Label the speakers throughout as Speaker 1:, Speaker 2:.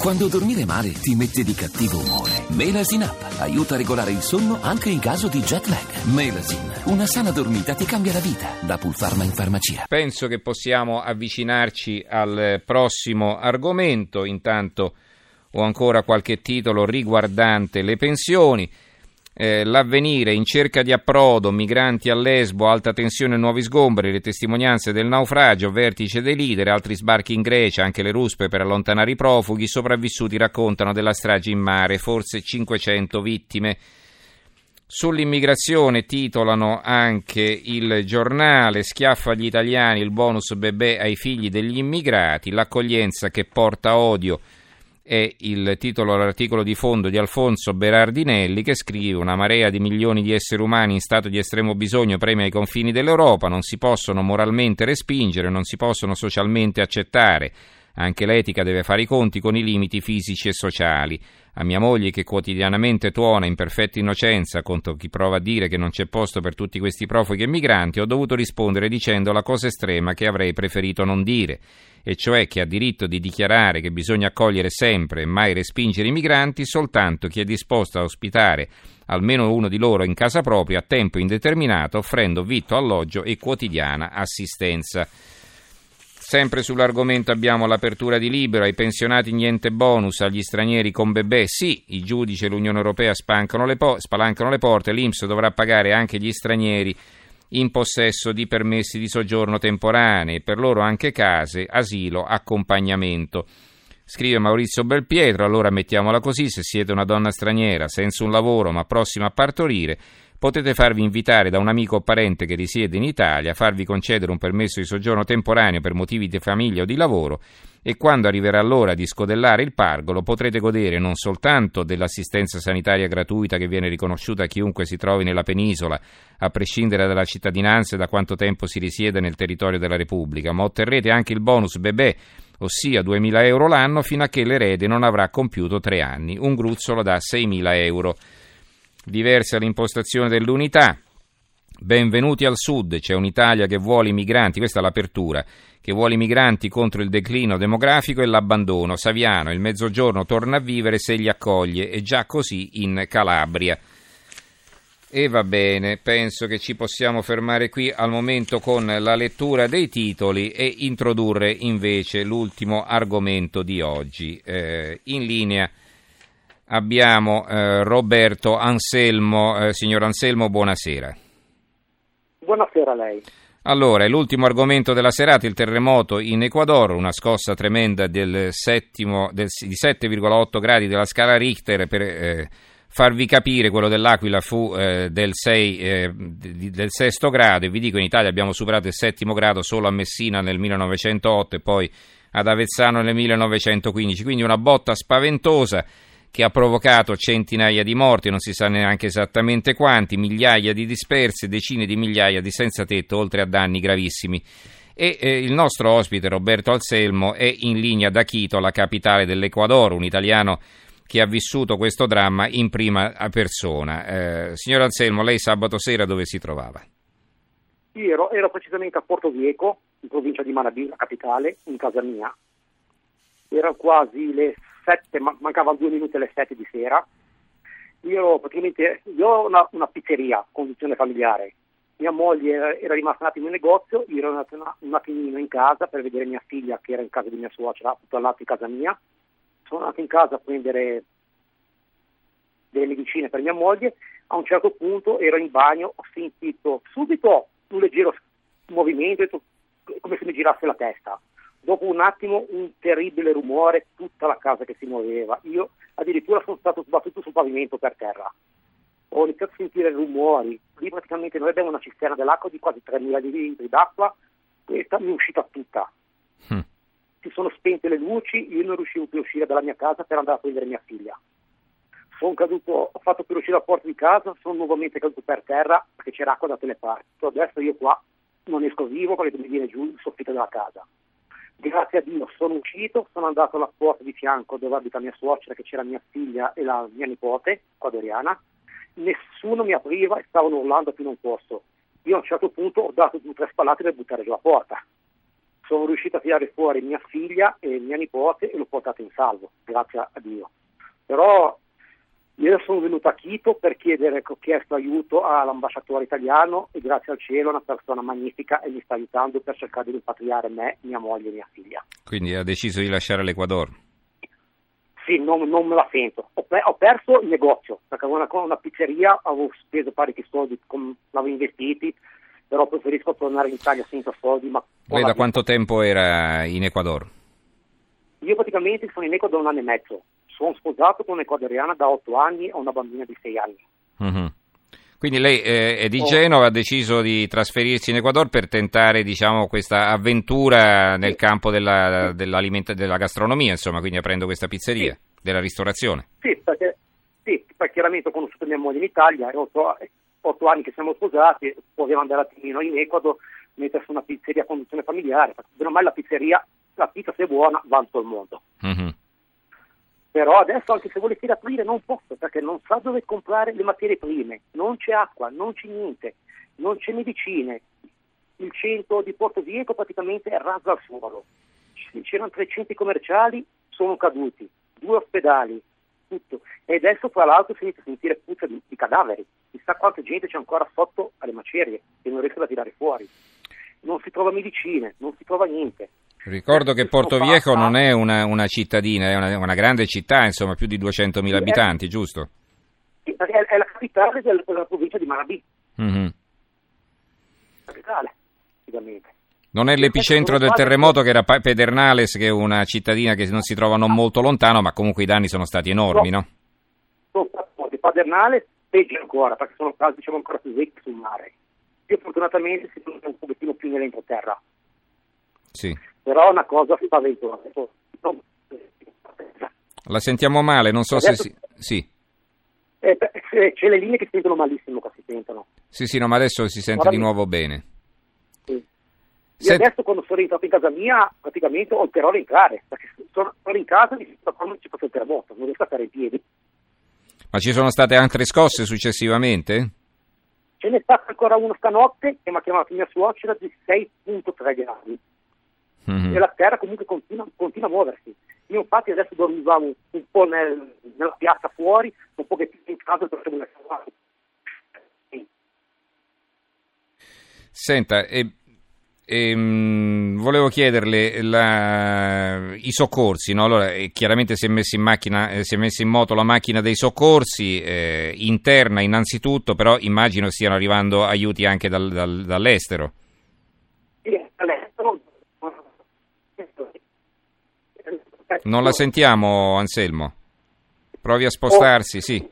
Speaker 1: Quando dormire male ti mette di cattivo umore. Melasin Up aiuta a regolare il sonno anche in caso di jet lag. Melasin, una sana dormita ti cambia la vita. Da Pulpharma in farmacia.
Speaker 2: Penso che possiamo avvicinarci al prossimo argomento. Intanto ho ancora qualche titolo riguardante le pensioni. L'Avvenire, in cerca di approdo, migranti a Lesbo, alta tensione e nuovi sgombri, le testimonianze del naufragio, vertice dei leader, altri sbarchi in Grecia, anche le ruspe per allontanare i profughi, sopravvissuti raccontano della strage in mare, forse 500 vittime. Sull'immigrazione titolano anche Il Giornale, schiaffo agli italiani, il bonus bebè ai figli degli immigrati, l'accoglienza che porta odio. È il titolo dell'articolo di fondo di Alfonso Berardinelli, che scrive: una marea di milioni di esseri umani in stato di estremo bisogno premia ai confini dell'Europa, non si possono moralmente respingere, non si possono socialmente accettare. Anche l'etica deve fare i conti con i limiti fisici e sociali. A mia moglie, che quotidianamente tuona in perfetta innocenza contro chi prova a dire che non c'è posto per tutti questi profughi e migranti, ho dovuto rispondere dicendo la cosa estrema che avrei preferito non dire, e cioè che ha diritto di dichiarare che bisogna accogliere sempre e mai respingere i migranti soltanto chi è disposto a ospitare almeno uno di loro in casa propria a tempo indeterminato, offrendo vitto, alloggio e quotidiana assistenza. Sempre sull'argomento abbiamo l'apertura di Libero, ai pensionati niente bonus, agli stranieri con bebè sì, i giudici e l'Unione Europea spalancano le porte, l'INPS dovrà pagare anche gli stranieri in possesso di permessi di soggiorno temporanei, per loro anche case, asilo, accompagnamento. Scrive Maurizio Belpietro: allora mettiamola così, se siete una donna straniera senza un lavoro ma prossima a partorire, potete farvi invitare da un amico o parente che risiede in Italia, farvi concedere un permesso di soggiorno temporaneo per motivi di famiglia o di lavoro, e quando arriverà l'ora di scodellare il pargolo potrete godere non soltanto dell'assistenza sanitaria gratuita che viene riconosciuta a chiunque si trovi nella penisola, a prescindere dalla cittadinanza e da quanto tempo si risiede nel territorio della Repubblica, ma otterrete anche il bonus bebè, ossia 2.000 euro l'anno fino a che l'erede non avrà compiuto 3 anni, un gruzzolo da 6.000 euro. Diversa l'impostazione dell'Unità. Benvenuti al Sud, c'è un'Italia che vuole i migranti, questa è l'apertura, che vuole i migranti contro il declino demografico e l'abbandono. Saviano, il Mezzogiorno torna a vivere se li accoglie, è già così in Calabria. E va bene, penso che ci possiamo fermare qui al momento con la lettura dei titoli e introdurre invece l'ultimo argomento di oggi. In linea abbiamo Roberto Anselmo. Signor Anselmo, buonasera.
Speaker 3: Buonasera a lei.
Speaker 2: Allora, è l'ultimo argomento della serata, il terremoto in Ecuador, una scossa tremenda di 7,8 gradi della scala Richter. Per farvi capire, quello dell'Aquila fu del 6º grado, e vi dico, in Italia abbiamo superato il 7° grado solo a Messina nel 1908 e poi ad Avezzano nel 1915, quindi una botta spaventosa che ha provocato centinaia di morti, non si sa neanche esattamente quanti, migliaia di dispersi, decine di migliaia di senza tetto, oltre a danni gravissimi. E il nostro ospite Roberto Anselmo è in linea da Quito, la capitale dell'Ecuador, un italiano che ha vissuto questo dramma in prima persona. Signor Anselmo, lei sabato sera dove si trovava?
Speaker 3: Ero precisamente a Porto Viejo, in provincia di Manabí, la capitale, in casa mia. Erano quasi le 7, mancavano 2 minuti alle 7 di sera. Io ho una pizzeria, condizione familiare. Mia moglie era rimasta un attimo in negozio, io ero andato un attimino in casa per vedere mia figlia che era in casa di mia suocera, tutto al lato di casa mia. Sono andato in casa a prendere delle medicine per mia moglie. A un certo punto ero in bagno, ho sentito subito un leggero movimento, come se mi girasse la testa. Dopo un attimo un terribile rumore, tutta la casa che si muoveva. Io addirittura sono stato sbattuto sul pavimento per terra. Ho iniziato a sentire rumori. Lì praticamente noi abbiamo una cisterna dell'acqua di quasi 3.000 litri d'acqua. Questa mi è uscita tutta. Si sono spente le luci, io non riuscivo più a uscire dalla mia casa per andare a prendere mia figlia. Sono caduto, ho fatto per uscire dalla porta di casa, sono nuovamente caduto per terra perché c'era acqua da tutte le parti. Adesso io qua non esco vivo perché mi viene giù il soffitto della casa. Grazie a Dio sono uscito, sono andato alla porta di fianco dove abita mia suocera, che c'era mia figlia e la mia nipote, Adriana. Nessuno mi apriva e stavano urlando a più non posso. Io a un certo punto ho dato 2 o 3 spallate per buttare giù la porta. sono riuscito a tirare fuori mia figlia e mia nipote e l'ho portata in salvo, grazie a Dio. Però io sono venuto a Quito per chiedere, ho chiesto aiuto all'ambasciatore italiano e grazie al cielo è una persona magnifica e mi sta aiutando per cercare di rimpatriare me, mia moglie e mia figlia.
Speaker 2: Quindi ha deciso di lasciare l'Ecuador?
Speaker 3: Sì, non me la sento. Ho perso il negozio, perché avevo una pizzeria, avevo speso parecchi soldi, l'avevo investiti, però preferisco tornare in Italia senza soldi. Ma
Speaker 2: lei da quanto tempo era in Ecuador?
Speaker 3: Io praticamente sono in Ecuador da 1 anno e mezzo. Sono sposato con un'ecuadoriana da 8 anni e ho una bambina di 6 anni.
Speaker 2: Mm-hmm. Quindi lei è di Genova, ha deciso di trasferirsi in Ecuador per tentare, diciamo, questa avventura nel campo della gastronomia, insomma, quindi aprendo questa pizzeria, della ristorazione.
Speaker 3: Sì, perché chiaramente ho conosciuto mia moglie in Italia, è 8 anni che siamo sposati, vogliamo andare a attimino in Ecuador, mettersi una pizzeria a conduzione familiare, perché bene o male la pizza se è buona va in tutto il mondo.
Speaker 2: Mm-hmm.
Speaker 3: Però adesso anche se volessi aprire non posso, perché non sa dove comprare le materie prime, non c'è acqua, non c'è niente, non c'è medicine, il centro di Porto Viejo praticamente è raso al suolo, c'erano 3 centri commerciali, sono caduti, 2 ospedali, tutto, e adesso tra l'altro si inizia a sentire puzza di cadaveri, chissà quanta gente c'è ancora sotto alle macerie che non riescono a tirare fuori, non si trova medicine, non si trova niente.
Speaker 2: Ricordo che Porto Viejo non è una cittadina, è una grande città, insomma, più di 200.000 abitanti, giusto?
Speaker 3: Sì, perché è la capitale della provincia di Manabí.
Speaker 2: Mm-hmm.
Speaker 3: Capitale, sicuramente.
Speaker 2: Non è l'epicentro del terremoto che era Pedernales, che è una cittadina che non si trova non molto lontano, ma comunque i danni sono stati enormi, no?
Speaker 3: Di Pedernales, peggio ancora, perché sono casi, diciamo, ancora più vecchi sul mare. Io fortunatamente si sono un pochettino più nell'entroterra.
Speaker 2: Sì.
Speaker 3: Però è una cosa spaventosa.
Speaker 2: La sentiamo male, non so
Speaker 3: adesso,
Speaker 2: se... Sì.
Speaker 3: C'è le linee che si sentono malissimo, che si sentono.
Speaker 2: Sì, no, ma adesso si sente di nuovo bene.
Speaker 3: Sì. Io adesso quando sono rientrato in casa mia, praticamente ho il terrore a entrare, perché sono in casa e mi sento quando ci fosse il terremoto, non riesco a stare in piedi.
Speaker 2: Ma ci sono state altre scosse successivamente?
Speaker 3: Ce n'è stata ancora una stanotte che mi ha chiamato mia suocera di 6.3 gradi. Mm-hmm. E la terra comunque continua a muoversi. Io infatti adesso dormivamo un po' nella piazza fuori, un pochettino in casa per una casa.
Speaker 2: Senta, volevo chiederle i soccorsi, no? Allora, chiaramente si è messa in moto la macchina dei soccorsi interna innanzitutto, però immagino stiano arrivando aiuti anche dall'estero.
Speaker 3: Sì, dall'estero.
Speaker 2: Non la sentiamo, Anselmo. Provi a spostarsi, sì.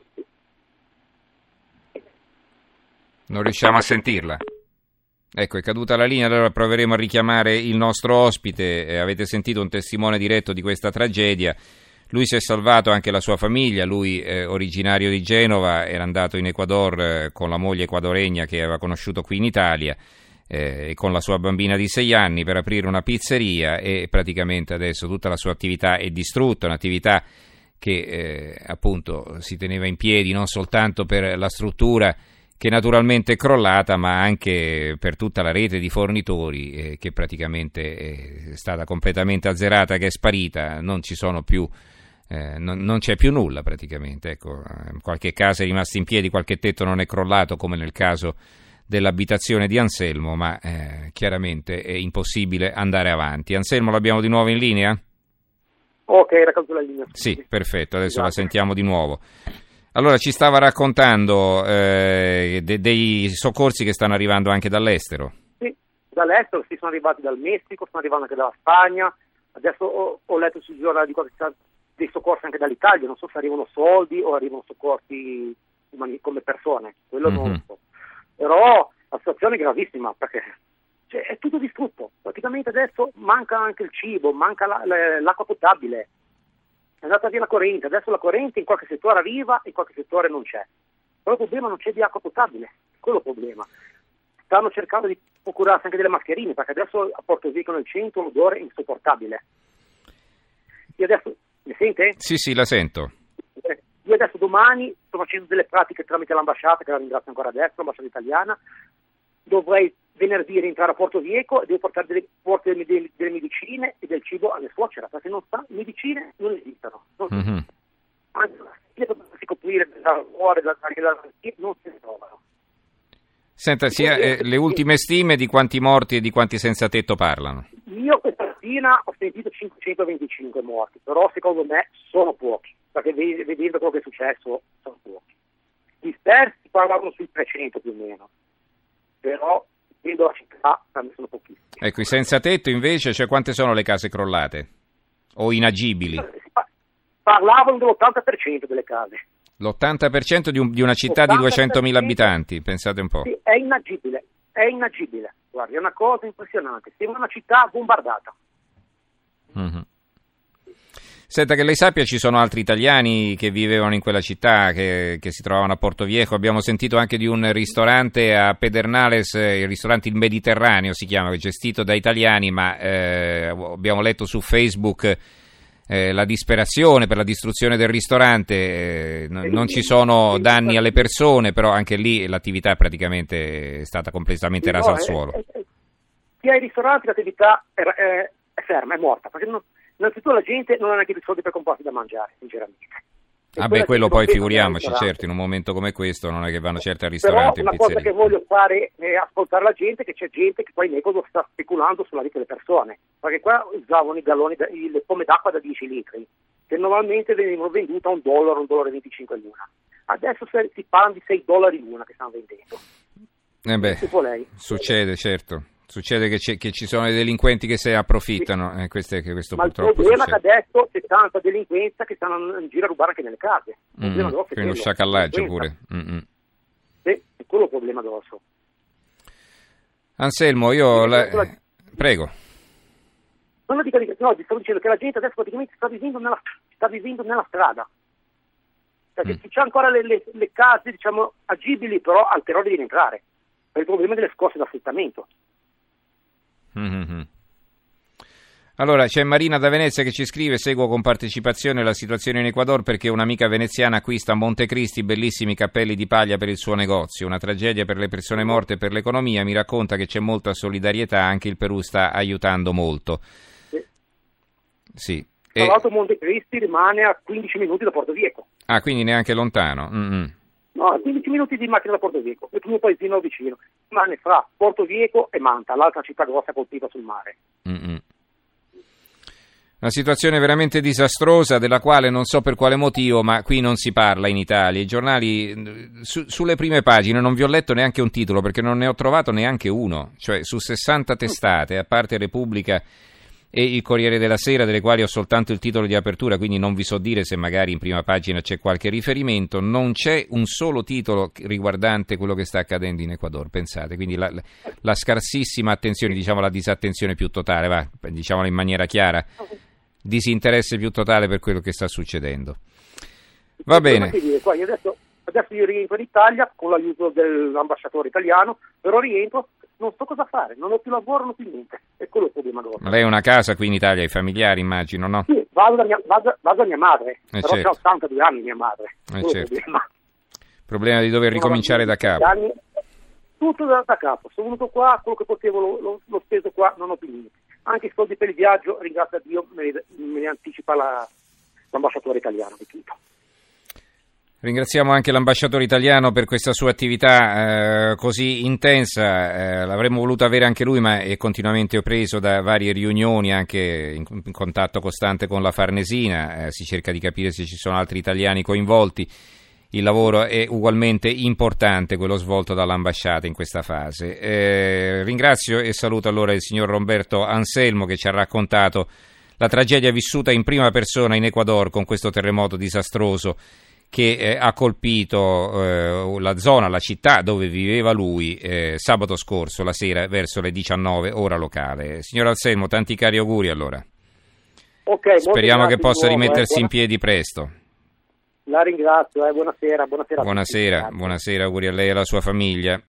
Speaker 2: Non riusciamo a sentirla. Ecco, è caduta la linea, allora proveremo a richiamare il nostro ospite. Avete sentito un testimone diretto di questa tragedia. Lui si è salvato, anche la sua famiglia. Lui, originario di Genova, era andato in Ecuador con la moglie ecuadoregna che aveva conosciuto qui in Italia. E con la sua bambina di 6 anni per aprire una pizzeria, e praticamente adesso tutta la sua attività è distrutta, un'attività che appunto si teneva in piedi non soltanto per la struttura che naturalmente è crollata, ma anche per tutta la rete di fornitori che praticamente è stata completamente azzerata, che è sparita, non ci sono più, non c'è più nulla praticamente. Ecco, qualche casa è rimasta in piedi, qualche tetto non è crollato, come nel caso dell'abitazione di Anselmo, ma chiaramente è impossibile andare avanti. Anselmo, l'abbiamo di nuovo in linea?
Speaker 3: Ok, raccolgo la linea.
Speaker 2: Sì, perfetto, adesso la sentiamo di nuovo. Allora, ci stava raccontando dei soccorsi che stanno arrivando anche dall'estero.
Speaker 3: Sì, dall'estero, sono arrivati dal Messico, stanno arrivando anche dalla Spagna, adesso ho letto sui giornali di dei soccorsi anche dall'Italia, non so se arrivano soldi o arrivano soccorsi come persone, quello non so. Però la situazione è gravissima, perché è tutto distrutto, praticamente adesso manca anche il cibo, manca l'acqua potabile, è andata via la corrente, adesso la corrente in qualche settore arriva e in qualche settore non c'è, però il problema non c'è di acqua potabile, quello è il problema. Stanno cercando di procurarsi anche delle mascherine, perché adesso a Porto Viejo nel centro l'odore è insopportabile. Io adesso, mi sente?
Speaker 2: Sì, la sento.
Speaker 3: Io adesso domani sto facendo delle pratiche tramite l'ambasciata, che la ringrazio ancora adesso, l'ambasciata italiana, dovrei venerdì rientrare a Porto Vieco e devo portare delle medicine e del cibo alle suocera, perché medicine non esistono. Anche si coprire dal cuore, non si trovano.
Speaker 2: Senta, le ultime stime di quanti morti e di quanti senza tetto parlano?
Speaker 3: Io questa mattina ho sentito 525 morti, però secondo me sono pochi, perché vedendo quello che è successo sono pochi. Dispersi parlavano sui 300 più o meno, però vedo la città sono pochissimi. Ecco,
Speaker 2: i senza tetto invece, cioè quante sono le case crollate? O inagibili?
Speaker 3: Parlavano dell'80% delle case.
Speaker 2: L'80% di una città di 200.000 abitanti, pensate un po'.
Speaker 3: Sì, è inagibile. Guardi, è una cosa impressionante. Sembra una città bombardata.
Speaker 2: Mm-hmm. Senta, che lei sappia, ci sono altri italiani che vivevano in quella città, che si trovavano a Porto Viejo. Abbiamo sentito anche di un ristorante a Pedernales, il ristorante Il Mediterraneo si chiama, gestito da italiani, ma abbiamo letto su Facebook la disperazione per la distruzione del ristorante, non ci sono danni alle persone, però anche lì l'attività praticamente è stata completamente rasa al suolo.
Speaker 3: Chi ha i ristoranti l'attività è ferma, è morta, perché innanzitutto la gente non ha neanche i soldi per comprarsi da mangiare, sinceramente.
Speaker 2: Quello poi figuriamoci, certo, in un momento come questo non è che vanno certo al ristorante.
Speaker 3: Però una cosa che voglio fare è ascoltare la gente, che c'è gente che poi in Ecuador sta speculando sulla vita delle persone, perché qua usavano i galloni, le pomme d'acqua da 10 litri, che normalmente venivano vendute a $1, $1,25 l'una. Adesso si parla di $6 l'una che stanno vendendo.
Speaker 2: Succede, certo. Succede che ci sono dei delinquenti che se approfittano, questo
Speaker 3: ma
Speaker 2: purtroppo
Speaker 3: il problema
Speaker 2: succede.
Speaker 3: È che adesso c'è tanta delinquenza che stanno in giro a rubare anche nelle case.
Speaker 2: Quindi lo sciacallaggio pure.
Speaker 3: Sì, è quello il problema grosso.
Speaker 2: Anselmo, prego.
Speaker 3: Stavo dicendo che la gente adesso praticamente sta vivendo nella strada. Perché c'è ancora le case, diciamo, agibili, però al terrore di rientrare. Per il problema delle scorse d'affittamento.
Speaker 2: Allora, c'è Marina da Venezia che ci scrive: seguo con partecipazione la situazione in Ecuador perché un'amica veneziana acquista a Montecristi bellissimi cappelli di paglia per il suo negozio. Una tragedia per le persone morte e per l'economia. Mi racconta che c'è molta solidarietà, anche il Perù sta aiutando molto. Sì.
Speaker 3: Tra l'altro Montecristi rimane a 15 minuti da Porto Vieco.
Speaker 2: Ah, quindi neanche lontano.
Speaker 3: No, 15 minuti di macchina da Porto Vieco, il primo paesino vicino, rimane fra Porto Vieco e Manta, l'altra città grossa colpita sul mare.
Speaker 2: Una situazione veramente disastrosa, della quale non so per quale motivo, ma qui non si parla in Italia. I giornali, sulle prime pagine non vi ho letto neanche un titolo, perché non ne ho trovato neanche uno. Cioè, su 60 testate, a parte Repubblica e il Corriere della Sera, delle quali ho soltanto il titolo di apertura, quindi non vi so dire se magari in prima pagina c'è qualche riferimento, non c'è un solo titolo riguardante quello che sta accadendo in Ecuador, pensate, quindi la scarsissima attenzione, diciamo la disattenzione più totale, diciamola in maniera chiara, disinteresse più totale per quello che sta succedendo. Va bene.
Speaker 3: Adesso io rientro in Italia con l'aiuto dell'ambasciatore italiano, però rientro, non so cosa fare, non ho più lavoro, non ho più niente, è quello il problema grosso.
Speaker 2: Ma lei ha una casa qui in Italia, i familiari immagino, no?
Speaker 3: Sì, vado da mia madre, però
Speaker 2: certo.
Speaker 3: c'ha 82 anni mia madre,
Speaker 2: certo. Il problema di dover ricominciare da capo.
Speaker 3: Tutto da capo, sono venuto qua, quello che potevo l'ho speso qua, non ho più niente. Anche i soldi per il viaggio, ringrazio a Dio, me ne anticipa l'ambasciatore italiano di tutto.
Speaker 2: Ringraziamo anche l'ambasciatore italiano per questa sua attività così intensa, l'avremmo voluto avere anche lui, ma è continuamente preso da varie riunioni, anche in contatto costante con la Farnesina, si cerca di capire se ci sono altri italiani coinvolti. Il lavoro è ugualmente importante, quello svolto dall'ambasciata in questa fase. Ringrazio e saluto allora il signor Roberto Anselmo, che ci ha raccontato la tragedia vissuta in prima persona in Ecuador con questo terremoto disastroso che ha colpito la zona, la città dove viveva lui sabato scorso, la sera verso le 19 ora locale. Signor Anselmo, tanti cari auguri allora.
Speaker 3: Okay,
Speaker 2: speriamo che possa rimettersi in piedi presto.
Speaker 3: La ringrazio, buonasera.
Speaker 2: Buonasera, auguri a lei e alla sua famiglia.